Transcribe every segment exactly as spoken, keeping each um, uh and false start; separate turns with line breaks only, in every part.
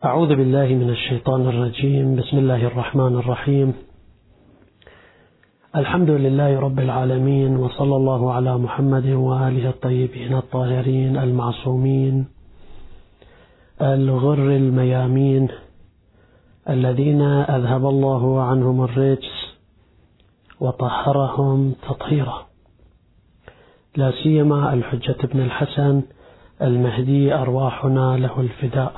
أعوذ بالله من الشيطان الرجيم. بسم الله الرحمن الرحيم. الحمد لله رب العالمين، وصلى الله على محمد وآله الطيبين الطاهرين المعصومين الغر الميامين الذين أذهب الله عنهم الرجس وطهرهم تطهيرا، لا سيما الحجة بن الحسن المهدي أرواحنا له الفداء.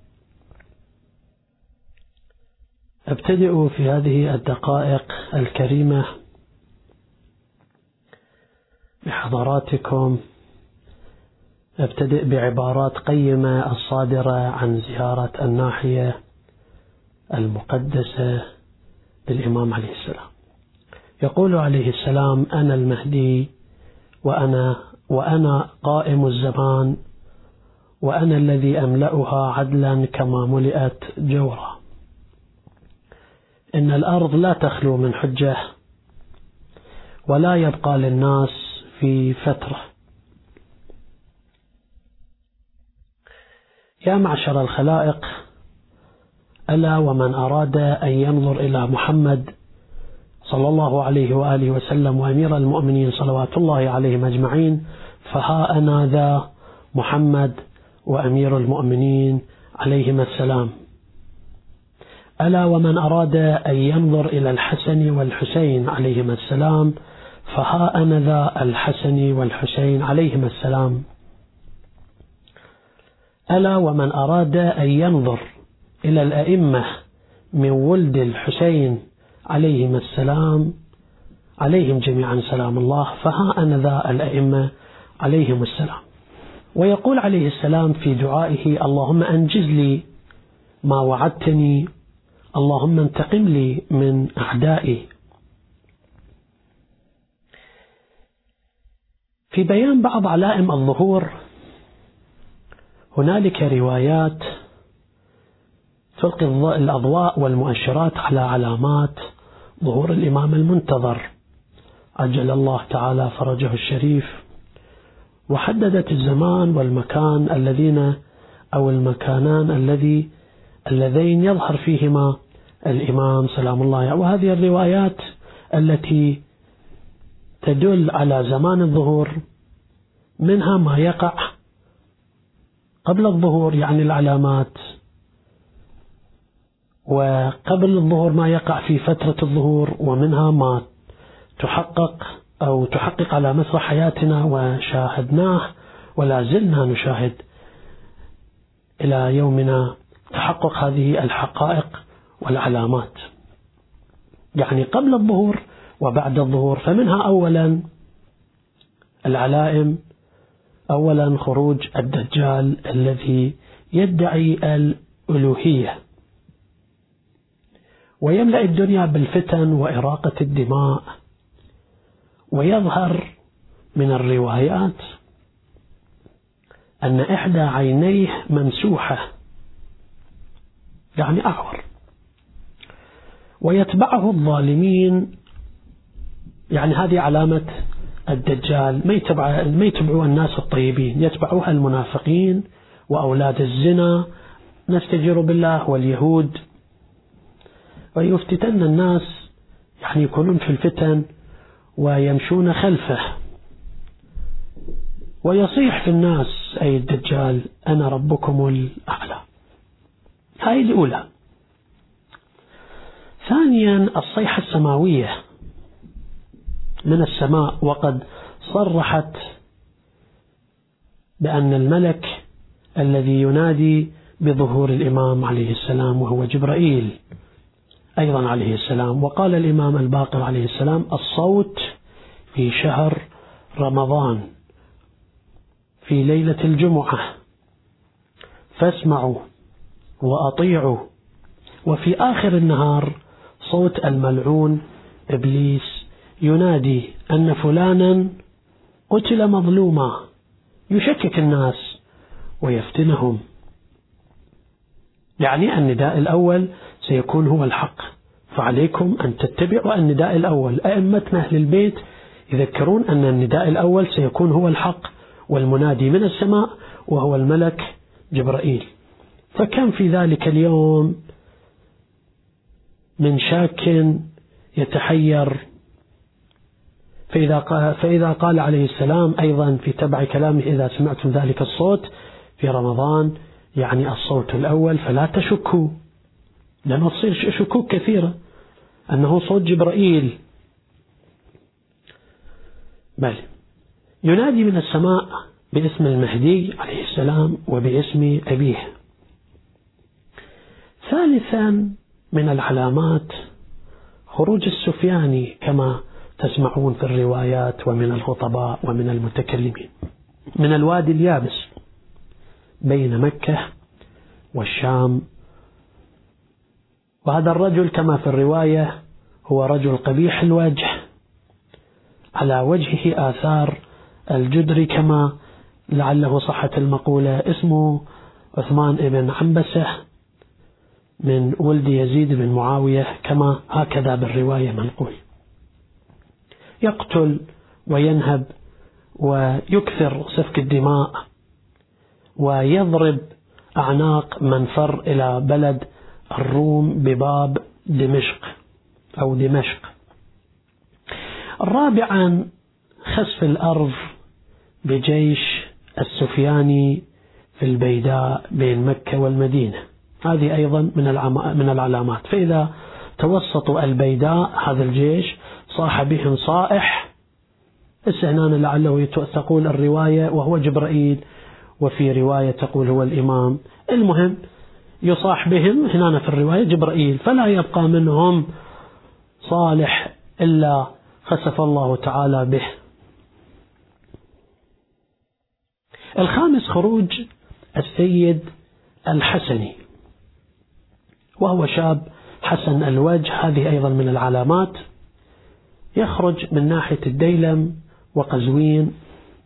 أبتدئ في هذه الدقائق الكريمة بحضراتكم، أبتدئ بعبارات قيمة الصادرة عن زيارة الناحية المقدسة للإمام عليه السلام. يقول عليه السلام: أنا المهدي، وأنا وأنا قائم الزمان، وأنا الذي أملأها عدلا كما ملئت جورا. إن الأرض لا تخلو من حجة، ولا يبقى للناس في فترة. يا معشر الخلائق، ألا ومن أراد أن ينظر إلى محمد صلى الله عليه وآله وسلم وأمير المؤمنين صلوات الله عليهم أجمعين، فها أنا ذا محمد وأمير المؤمنين عليهم السلام. ألا ومن أراد أن ينظر إلى الحسن والحسين عليهما السلام، فها أنا ذا الحسن والحسين عليهما السلام. ألا ومن أراد أن ينظر إلى الأئمة من ولد الحسين عليهما السلام عليهم جميعا سلام الله، فها أنا ذا الأئمة عليهم السلام. ويقول عليه السلام في دعائه: اللهم أنجز لي ما وعدتني، اللهم انتقم لي من أعدائي. في بيان بعض علائم الظهور هنالك روايات تلقي الأضواء والمؤشرات على علامات ظهور الإمام المنتظر عجل الله تعالى فرجه الشريف، وحددت الزمان والمكان الذين أو المكانان الذي اللذين يظهر فيهما الإمام سلام الله عليه. وهذه الروايات التي تدل على زمان الظهور، منها ما يقع قبل الظهور يعني العلامات، وقبل الظهور ما يقع في فترة الظهور، ومنها ما تحقق أو تحقق على مسرح حياتنا وشاهدناه ولا زلنا نشاهد إلى يومنا تحقق هذه الحقائق والعلامات، يعني قبل الظهور وبعد الظهور. فمنها أولا العلائم، أولا خروج الدجال الذي يدعي الألوهية ويملأ الدنيا بالفتن وإراقة الدماء، ويظهر من الروايات أن إحدى عينيه ممسوحة يعني أعور، ويتبعه الظالمين، يعني هذه علامة الدجال. ما يتبع ما يتبعوا الناس الطيبين، يتبعوها المنافقين وأولاد الزنا نستجير بالله واليهود، ويفتتن الناس، يعني يكونون في الفتن ويمشون خلفه، ويصيح في الناس أي الدجال: أنا ربكم الأعلى. هاي الأولى. ثانيا الصيحة السماوية من السماء، وقد صرحت بأن الملك الذي ينادي بظهور الإمام عليه السلام وهو جبرائيل أيضا عليه السلام. وقال الإمام الباقر عليه السلام: الصوت في شهر رمضان في ليلة الجمعة فاسمعوا وأطيعوا، وفي آخر النهار صوت الملعون إبليس ينادي أن فلانا قتل مظلوما، يشكك الناس ويفتنهم. يعني النداء الأول سيكون هو الحق، فعليكم أن تتبعوا النداء الأول. أئمتنا أهل البيت يذكرون أن النداء الأول سيكون هو الحق، والمنادي من السماء وهو الملك جبرائيل. فكم في ذلك اليوم من شاك يتحير. فإذا قال, فإذا قال عليه السلام أيضا في تبع كلامه: إذا سمعتم ذلك الصوت في رمضان، يعني الصوت الأول، فلا تشكوا، لأنه تصير شكوك كثيرة أنه صوت جبرائيل. بل ينادي من السماء باسم المهدي عليه السلام وباسم أبيه. ثالثا من العلامات خروج السفياني كما تسمعون في الروايات ومن الخطباء ومن المتكلمين من الوادي اليابس بين مكة والشام. وهذا الرجل كما في الرواية هو رجل قبيح الوجه، على وجهه آثار الجدر كما لعله صحة المقولة، اسمه عثمان بن عنبسة من ولد يزيد بن معاوية كما هكذا بالرواية منقول. يقتل وينهب ويكثر سفك الدماء ويضرب أعناق من فر إلى بلد الروم بباب دمشق أو دمشق. رابعا خسف الأرض بجيش السفياني في البيداء بين مكة والمدينة، هذه أيضا من من العلامات. فإذا توسطوا البيداء هذا الجيش صاح بهم صائح، استهنانا لعله تقول الرواية وهو جبرائيل، وفي رواية تقول هو الإمام. المهم يصاح بهم هنا في الرواية جبرائيل، فلا يبقى منهم صالح إلا خسف الله تعالى به. الخامس خروج السيد الحسني، وهو شاب حسن الوجه، هذه أيضا من العلامات. يخرج من ناحية الديلم وقزوين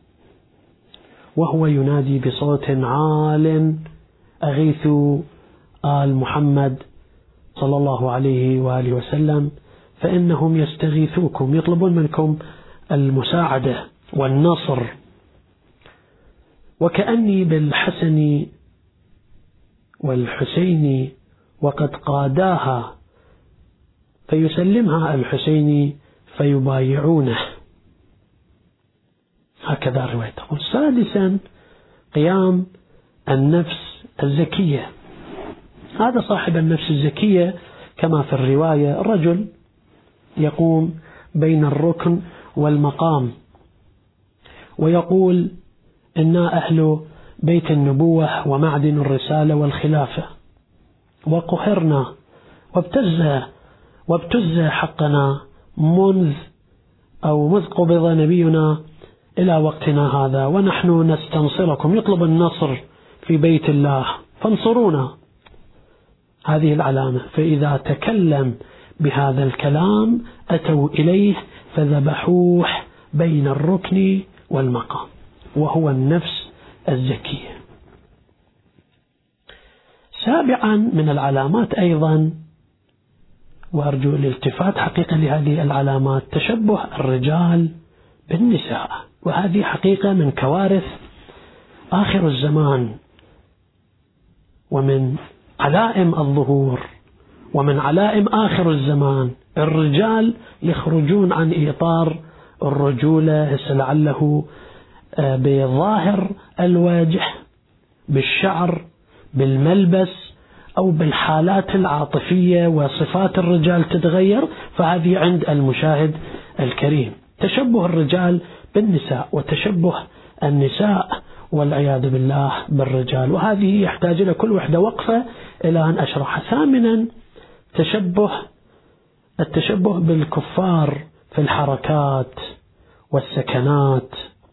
وهو ينادي بصوت عال: أغيثوا آل محمد صلى الله عليه وآله وسلم فإنهم يستغيثوكم، يطلبون منكم المساعدة والنصر. وكأني بالحسن والحسين وقد قاداها، فيسلمها الحسين فيبايعونه، هكذا الرواية تقول. سادسا قيام النفس الزكية. هذا صاحب النفس الزكية كما في الرواية الرجل يقوم بين الركن والمقام ويقول: إنا أهل بيت النبوة ومعدن الرسالة والخلافة، وقهرنا وابتز وابتز حقنا منذ أو مذ قبض نبينا إلى وقتنا هذا، ونحن نستنصركم، يطلب النصر في بيت الله فانصرونا. هذه العلامة. فإذا تكلم بهذا الكلام أتوا إليه فذبحوه بين الركن والمقام، وهو النفس الزكية. سابعا من العلامات أيضا، وأرجو الالتفات حقيقة لهذه العلامات، تشبه الرجال بالنساء، وهذه حقيقة من كوارث آخر الزمان ومن علائم الظهور ومن علائم آخر الزمان. الرجال يخرجون عن إطار الرجولة لعله بظاهر الوجه، بالشعر، بالملبس، أو بالحالات العاطفية، وصفات الرجال تتغير، فهذه عند المشاهد الكريم تشبه الرجال بالنساء وتشبه النساء والعياذ بالله بالرجال، وهذه يحتاج إلى كل وحدة وقفة إلى أن أشرحها. ثامنا تشبه التشبه بالكفار في الحركات والسكنات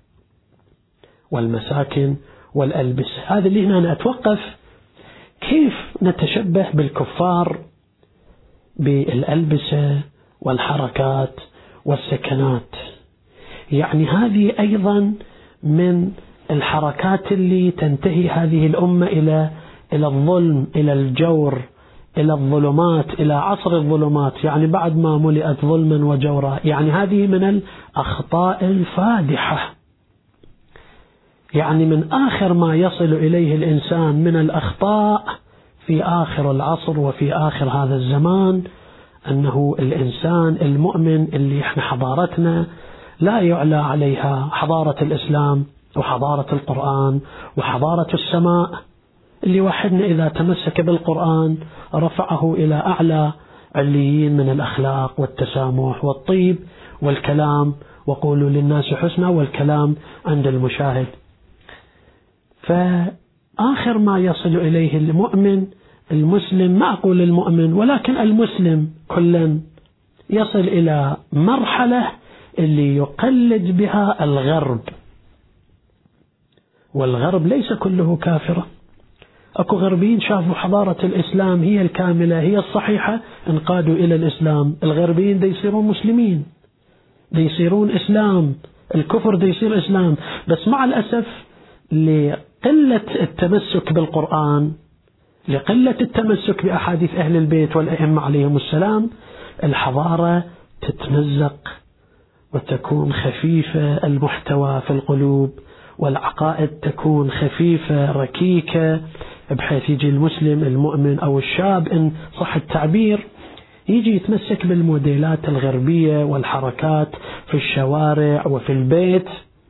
والمساكن والألبسة. هذا اللي هنا أنا أتوقف، كيف نتشبه بالكفار بالألبسة والحركات والسكنات؟ يعني هذه أيضا من الحركات اللي تنتهي هذه الأمة إلى إلى الظلم، إلى الجور، إلى الظلمات، إلى عصر الظلمات، يعني بعد ما ملئت ظلما وجورا. يعني هذه من الأخطاء الفادحة، يعني من آخر ما يصل إليه الإنسان من الأخطاء في آخر العصر وفي آخر هذا الزمان أنه الإنسان المؤمن اللي إحنا حضارتنا لا يعلى عليها حضارة الإسلام وحضارة القرآن وحضارة السماء، اللي واحدنا إذا تمسك بالقرآن رفعه إلى أعلى عليين من الأخلاق والتسامح والطيب والكلام، وقولوا للناس حسنا، والكلام عند المشاهد. فآخر ما يصل إليه المؤمن المسلم، ما أقول المؤمن ولكن المسلم كلا، يصل إلى مرحلة اللي يقلد بها الغرب، والغرب ليس كله كافرة. أكو غربيين شافوا حضارة الإسلام هي الكاملة هي الصحيحة، انقادوا إلى الإسلام. الغربيين دي يصيرون مسلمين، دي يصيرون إسلام، الكفر دي يصير إسلام. بس مع الأسف لقلة التمسك بالقرآن، لقلة التمسك بأحاديث أهل البيت والأئمة عليهم السلام، الحضارة تتمزق وتكون خفيفة المحتوى في القلوب، والعقائد تكون خفيفة ركيكة، بحيث يجي المسلم المؤمن أو الشاب إن صح التعبير يجي يتمسك بالموديلات الغربية والحركات في الشوارع وفي البيت.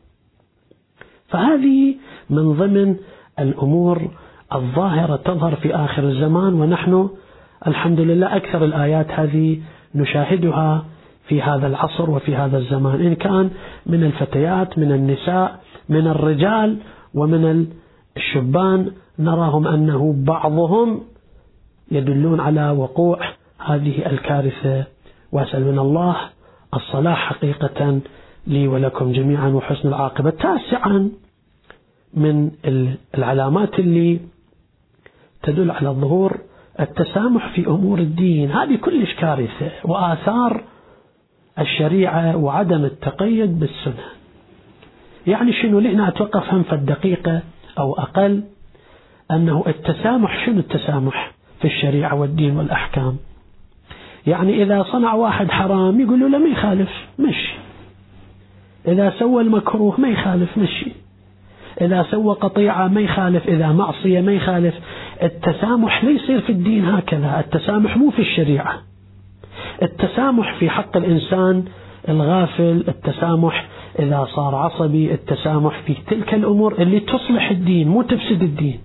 فهذه من ضمن الأمور الظاهرة تظهر في آخر الزمان، ونحن الحمد لله أكثر الآيات هذه نشاهدها في هذا العصر وفي هذا الزمان، إن كان من الفتيات، من النساء، من الرجال، ومن الشبان، نراهم أنه بعضهم يدلون على وقوع هذه الكارثة. وأسأل من الله الصلاح حقيقة لي ولكم جميعا وحسن العاقبة. تاسعا من العلامات اللي تدل على الظهور التسامح في أمور الدين، هذه كلش كارثة، وآثار الشريعة وعدم التقيد بالسنة. يعني شنو؟ لهنا أتوقف هم في الدقيقة أو أقل، أنه التسامح، شنو التسامح في الشريعة والدين والأحكام؟ يعني إذا صنع واحد حرام يقول له لا ما يخالف مشي، إذا سوى المكروه ما يخالف مشي، إذا سوى قطيعة ما يخالف، إذا معصية ما يخالف. التسامح لا يصير في الدين هكذا، التسامح مو في الشريعة. التسامح في حق الإنسان الغافل، التسامح إذا صار عصبي، التسامح في تلك الأمور اللي تصلح الدين مو تفسد الدين.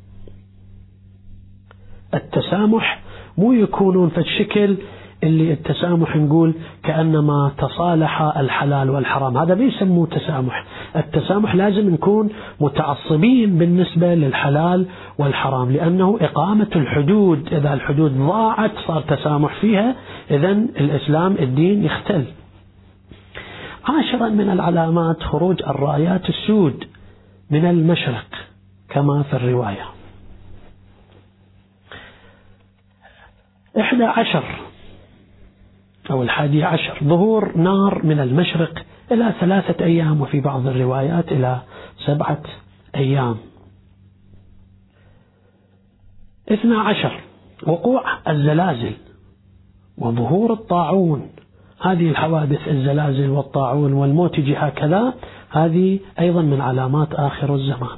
التسامح مو يكونون في الشكل اللي التسامح نقول كأنما تصالح الحلال والحرام، هذا بيسموه تسامح. التسامح لازم نكون متعصبين بالنسبة للحلال والحرام، لأنه إقامة الحدود، إذا الحدود ضاعت صار تسامح فيها، إذن الإسلام الدين يختل. عاشرا من العلامات خروج الرايات السود من المشرق كما في الرواية. إحدى عشر أو الحادي عشر ظهور نار من المشرق إلى ثلاثة أيام، وفي بعض الروايات إلى سبعة أيام. اثنى عشر وقوع الزلازل وظهور الطاعون. هذه الحوادث الزلازل والطاعون والموت يجي هكذا، هذه أيضا من علامات آخر الزمان،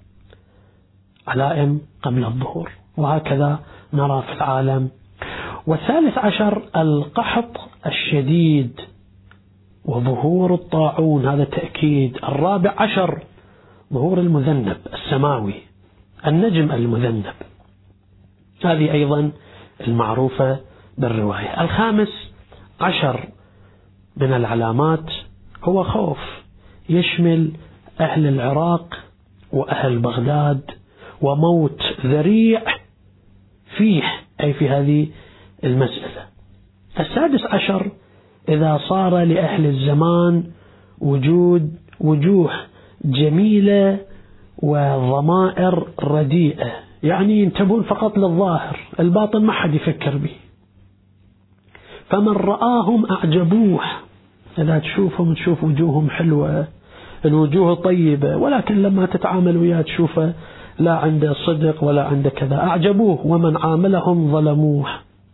علائم قبل الظهور، وهكذا نرى في العالم. والثالث عشر القحط الشديد وظهور الطاعون، هذا تأكيد. الرابع عشر ظهور المذنب السماوي، النجم المذنب، هذه أيضا المعروفة بالرواية. الخامس عشر من العلامات هو خوف يشمل أهل العراق وأهل بغداد، وموت ذريع فيه أي في هذه المسألة. السادس عشر إذا صار لأهل الزمان وجود وجوه جميلة وضمائر رديئة، يعني ينتبهون فقط للظاهر، الباطن ما حد يفكر به. فمن رآهم أعجبوه، إذا تشوفهم تشوف وجوههم حلوة، الوجوه طيبة، ولكن لما تتعامل وياه تشوفه لا عنده صدق ولا عنده كذا، أعجبوه. ومن عاملهم ظلموه.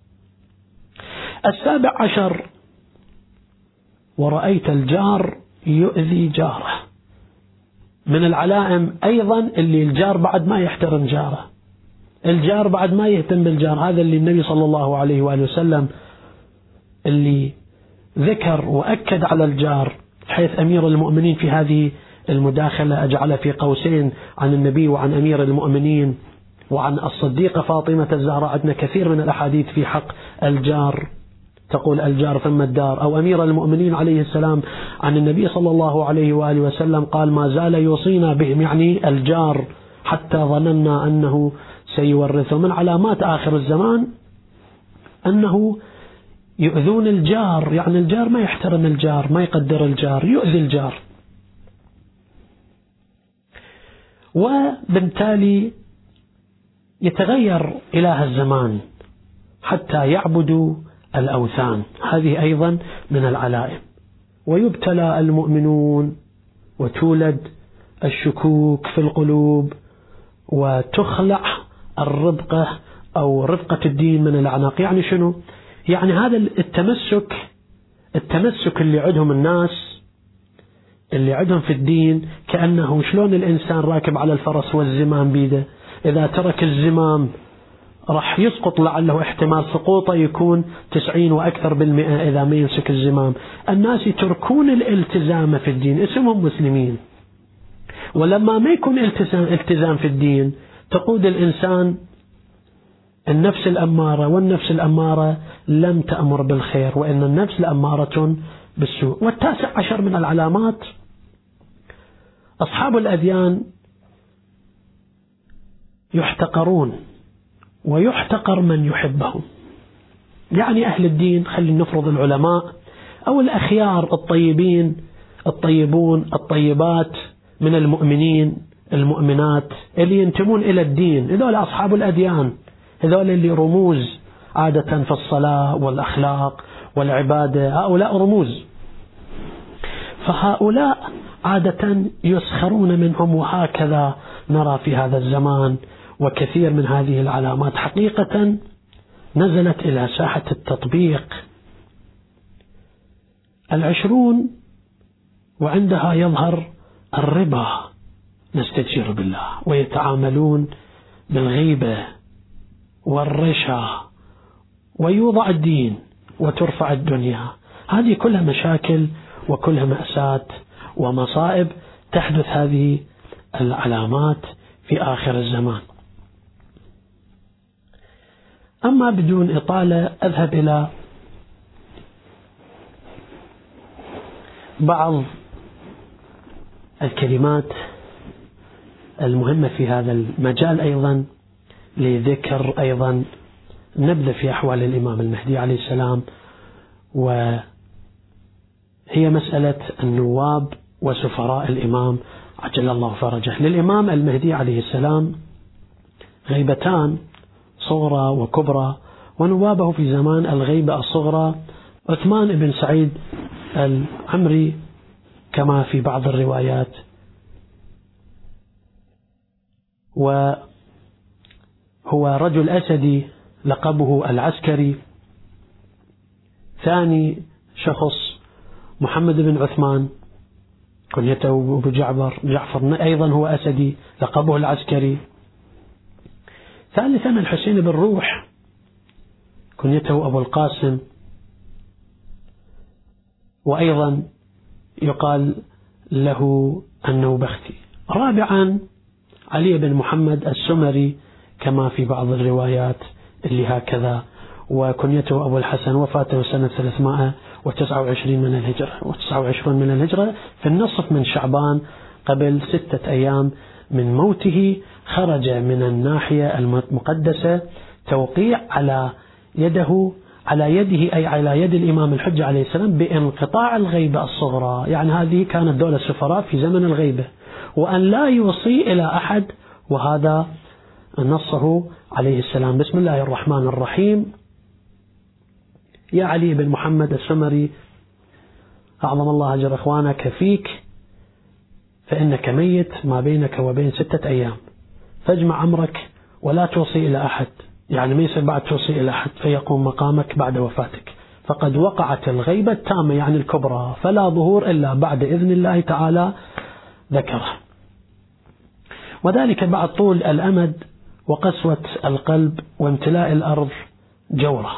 السابع عشر ورأيت الجار يؤذي جاره، من العلائم أيضا اللي الجار بعد ما يحترم جاره، الجار بعد ما يهتم بالجار. هذا اللي النبي صلى الله عليه وآله وسلم اللي ذكر وأكد على الجار، حيث أمير المؤمنين في هذه المداخلة أجعل في قوسين عن النبي وعن أمير المؤمنين وعن الصديقة فاطمة الزهراء. عندنا كثير من الأحاديث في حق الجار، تقول الجار ثم الدار. أو أمير المؤمنين عليه السلام عن النبي صلى الله عليه وآله وسلم قال: ما زال يوصينا بهم، يعني الجار، حتى ظننا أنه سيورثه. من علامات آخر الزمان أنه يؤذون الجار، يعني الجار ما يحترم الجار، ما يقدر الجار، يؤذي الجار. وبالتالي يتغير إله الزمان حتى يعبدوا الأوثان، هذه أيضا من العلائم. ويبتلى المؤمنون وتولد الشكوك في القلوب وتخلع الربقة أو رفقة الدين من الأعناق. يعني شنو؟ يعني هذا التمسك التمسك اللي عندهم الناس اللي عندهم في الدين، كأنه شلون الإنسان راكب على الفرس والزمام بيده، إذا ترك الزمام راح يسقط، لعله احتمال سقوطه يكون تسعين وأكثر بالمئة إذا ما يمسك الزمام. الناس يتركون الالتزام في الدين، اسمهم مسلمين، ولما ما يكون التزام, التزام في الدين تقود الإنسان النفس الأمارة، والنفس الأمارة لم تأمر بالخير، وإن النفس لأمارة بالسوء. والتاسع عشر من العلامات: أصحاب الأديان يحتقرون ويحتقر من يحبهم. يعني أهل الدين، خلينا نفرض العلماء أو الأخيار الطيبين الطيبون الطيبات من المؤمنين المؤمنات اللي ينتمون إلى الدين، هذول أصحاب الأديان، هذول اللي رموز عادة في الصلاة والأخلاق والعبادة، هؤلاء رموز. فهؤلاء عادة يسخرون منهم، وهكذا نرى في هذا الزمان. وكثير من هذه العلامات حقيقة نزلت إلى ساحة التطبيق. العشرون وعندها يظهر الربا، نستجير بالله، ويتعاملون بالغيبة والرشا، ويوضع الدين وترفع الدنيا. هذه كلها مشاكل وكلها مأساة ومصائب تحدث هذه العلامات في آخر الزمان. أما بدون إطالة أذهب إلى بعض الكلمات المهمة في هذا المجال أيضا، لذكر أيضا نبذة في أحوال الإمام المهدي عليه السلام، وهي مسألة النواب وسفراء الإمام عجل الله فرجه. للإمام المهدي عليه السلام غيبتان، صغرى وكبرى، ونوابه في زمان الغيبة الصغرى عثمان بن سعيد العمري كما في بعض الروايات، وهو رجل أسدي لقبه العسكري. ثاني شخص محمد بن عثمان كنيته أبو جعفر جعفر أيضا هو أسدي لقبه العسكري. ثالثا الحسين بن روح كنيته أبو القاسم، وأيضا يقال له النوبختي. رابعا علي بن محمد السمري كما في بعض الروايات اللي هكذا، وكنيته أبو الحسن، وفاته سنة ثلاثمائة وتسعة وعشرين من الهجرة وتسعة وعشرين من الهجرة في النصف من شعبان قبل ستة أيام من موته. خرج من الناحية المقدسة توقيع على يده على يده أي على يد الإمام الحجة عليه السلام بانقطاع الغيبة الصغرى، يعني هذه كانت دولة السفراء في زمن الغيبة، وأن لا يوصي إلى أحد، وهذا نصه عليه السلام. بسم الله الرحمن الرحيم: يا علي بن محمد السمري، أعظم الله أجر إخوانك فيك، فإنك ميت ما بينك وبين ستة أيام، فاجمع أمرك ولا توصي إلى أحد، يعني ما يصير بعد توصي إلى أحد فيقوم مقامك بعد وفاتك، فقد وقعت الغيبة التامة يعني الكبرى، فلا ظهور إلا بعد إذن الله تعالى ذكره، وذلك بعد طول الأمد وقسوة القلب وامتلاء الأرض جورا.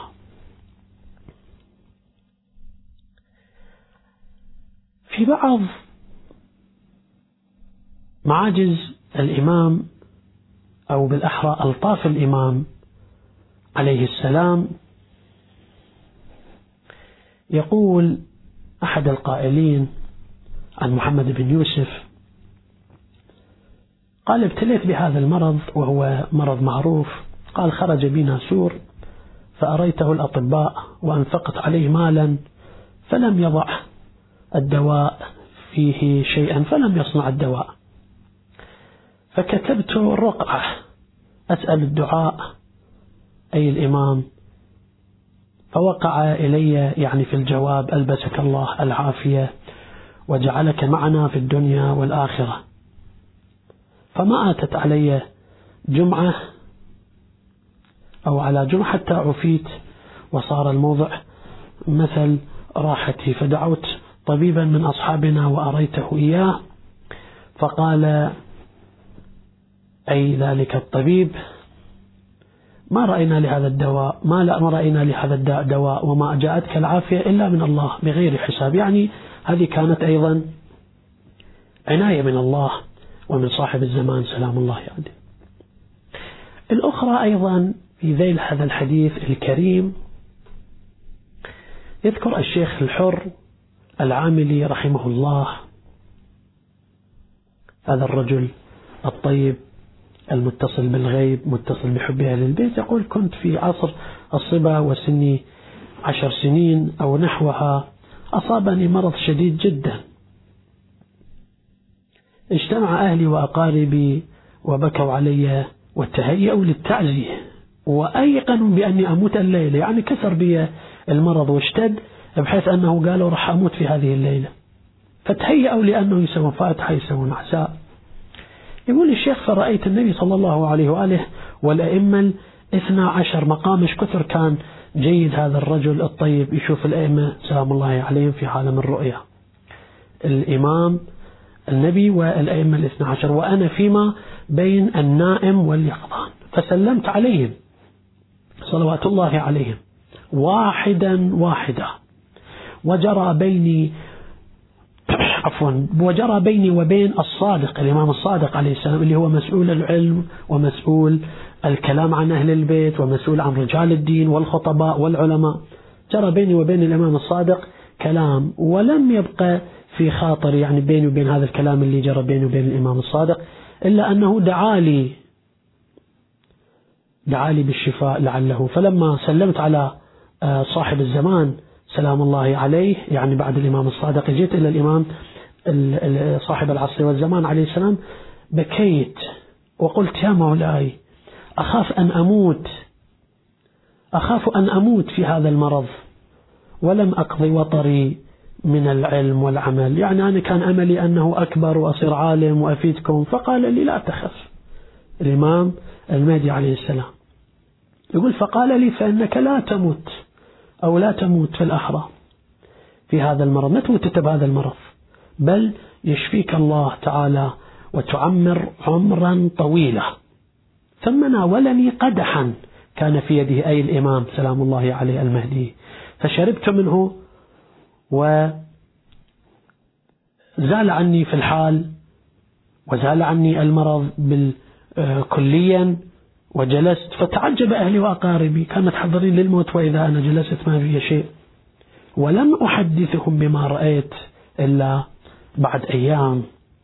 في بعض معاجز الإمام أو بالأحرى ألطاف الإمام عليه السلام يقول أحد القائلين عن محمد بن يوسف قال: ابتليت بهذا المرض وهو مرض معروف. قال: خرج بنا سور فأريته الأطباء وأنفقت عليه مالا فلم يضع الدواء فيه شيئا، فلم يصنع الدواء، فكتبت الرقعة أسأل الدعاء أي الإمام، فوقع إلي يعني في الجواب: ألبسك الله العافية وجعلك معنا في الدنيا والآخرة. فما آتت علي جمعة أو على جمعة حتى عفيت وصار الموضع مثل راحتي، فدعوت طبيبا من أصحابنا وأريته إياه، فقال أي ذلك الطبيب: ما رأينا لهذا الدواء ما لا ما رأينا لهذا الداء دواء وما جاءتك العافية إلا من الله بغير حساب. يعني هذه كانت أيضا عناية من الله ومن صاحب الزمان سلام الله عليه. الأخرى أيضا في ذيل هذا الحديث الكريم يذكر الشيخ الحر العاملي رحمه الله، هذا الرجل الطيب المتصل بالغيب متصل بحب أهل البيت، يقول: كنت في عصر الصبا وسني عشر سنين أو نحوها، أصابني مرض شديد جدا، اجتمع أهلي وأقاربي وبكوا علي وتهيأوا للتعزية وأيقنوا بأني أموت الليلة، يعني كسر بي المرض واشتد بحيث أنه قالوا راح أموت في هذه الليلة، فتهيأوا لأنه يسوون فاتحة يسوون عساء. يقول الشيخ: فرأيت النبي صلى الله عليه وآله والأئمة الاثنى عشر مقامش كثر كان جيد هذا الرجل الطيب يشوف الأئمة سلام الله عليهم في عالم الرؤيا، الإمام النبي والأئمة الاثنى عشر، وأنا فيما بين النائم واليقظان، فسلمت عليهم صلوات الله عليهم واحدا واحدا، وجرى بيني عفوا وجرى بيني وبين الصادق الإمام الصادق عليه السلام اللي هو مسؤول العلم ومسؤول الكلام عن أهل البيت ومسؤول عن رجال الدين والخطباء والعلماء، جرى بيني وبين الإمام الصادق كلام، ولم يبقى في خاطر يعني بيني وبين هذا الكلام اللي جرى بيني وبين الإمام الصادق إلا أنه دعالي دعالي بالشفاء لعله. فلما سلمت على صاحب الزمان سلام الله عليه يعني بعد الإمام الصادق، جيت إلى الإمام صاحب العصر والزمان عليه السلام، بكيت وقلت: يا مولاي، أخاف أن أموت أخاف أن أموت في هذا المرض، ولم أقضي وطري من العلم والعمل، يعني أنا كان أملي أنه أكبر وأصير عالم وأفيدكم. فقال لي: لا تخف. الإمام المهدي عليه السلام يقول: فقال لي: فإنك لا تموت أو لا تموت في الأحرى في هذا المرض، ما تموت بهذا المرض، بل يشفيك الله تعالى وتعمر عمرا طويلا. ثم ناولني قدحا كان في يده أي الإمام سلام الله عليه المهدي، فشربت منه وزال عني في الحال وزال عني المرض بالكليا، وجلست فتعجب أهلي وأقاربي، كانت حضرين للموت وإذا أنا جلست ما في شيء، ولم أحدثهم بما رأيت إلا بعد أيام.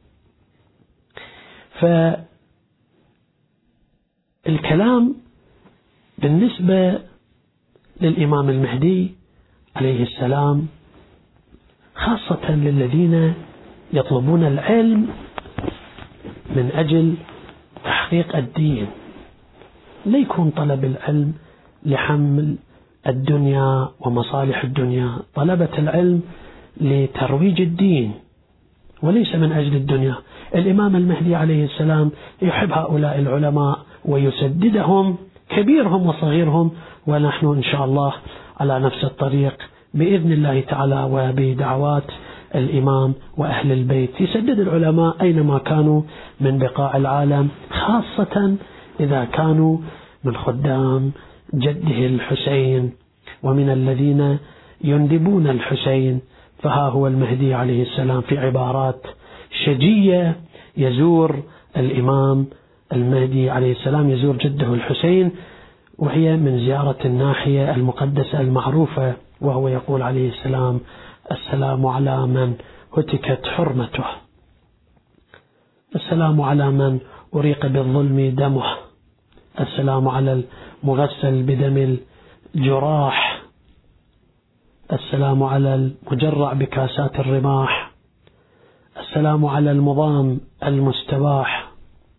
فالكلام بالنسبة للإمام المهدي عليه السلام خاصة للذين يطلبون العلم من أجل تحقيق الدين، لا يكون طلب العلم لحمل الدنيا ومصالح الدنيا، طلبة العلم لترويج الدين وليس من أجل الدنيا. الإمام المهدي عليه السلام يحب هؤلاء العلماء ويسددهم كبيرهم وصغيرهم، ونحن إن شاء الله على نفس الطريق بإذن الله تعالى وبدعوات الإمام وأهل البيت يسدد العلماء أينما كانوا من بقاع العالم، خاصة إذا كانوا من خدام جده الحسين ومن الذين يندبون الحسين، فها هو المهدي عليه السلام في عبارات شجية يزور الإمام المهدي عليه السلام، يزور جده الحسين، وهي من زيارة الناحية المقدسة المعروفة، وهو يقول عليه السلام: السلام على من هتكت حرمته، السلام على من أريق بالظلم دمه، السلام على المغسل بدم الجراح، السلام على المجرع بكاسات الرماح، السلام على المضام المستباح،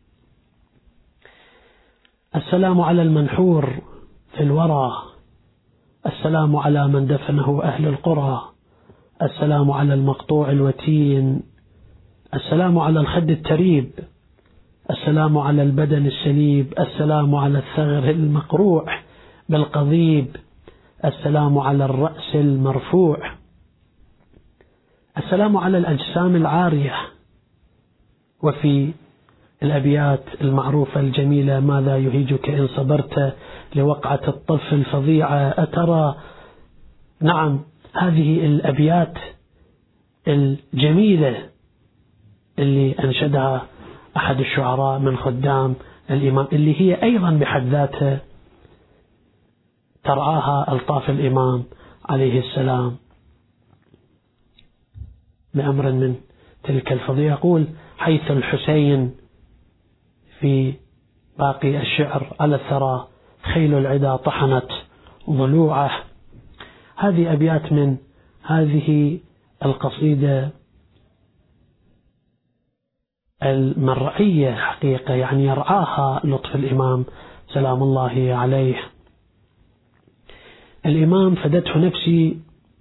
السلام على المنحور في الورى، السلام على من دفنه أهل القرى، السلام على المقطوع الوتين، السلام على الخد التريب، السلام على البدن السليب، السلام على الثغر المقروع بالقضيب، السلام على الرأس المرفوع، السلام على الأجسام العارية. وفي الأبيات المعروفة الجميلة: ماذا يهيجك إن صبرت لوقعة الطف الفظيعة أترى. نعم، هذه الأبيات الجميلة اللي أنشدها أحد الشعراء من خدام الإمام، اللي هي أيضا بحد ذاتها ترعاها ألطاف الإمام عليه السلام بأمر من تلك الفضيلة. يقول: حيث الحسين في باقي الشعر على الثرى خيل العدا طحنت ضلوعه. هذه أبيات من هذه القصيدة المرعية حقيقة، يعني يرعاها لطف الإمام سلام الله عليه. الإمام فدته نفسي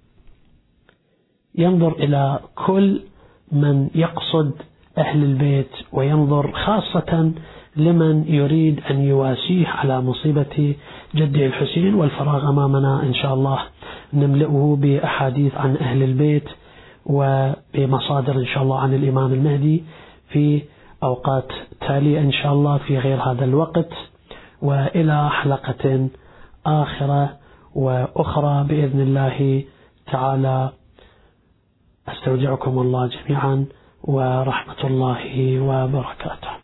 ينظر إلى كل من يقصد أهل البيت، وينظر خاصة لمن يريد أن يواسيه على مصيبة جده الحسين. والفراغ أمامنا إن شاء الله نملئه بأحاديث عن أهل البيت وبمصادر إن شاء الله عن الإمام المهدي في أوقات تالية إن شاء الله في غير هذا الوقت. وإلى حلقة آخرة وأخرى بإذن الله تعالى، أستودعكم الله جميعا ورحمة الله وبركاته.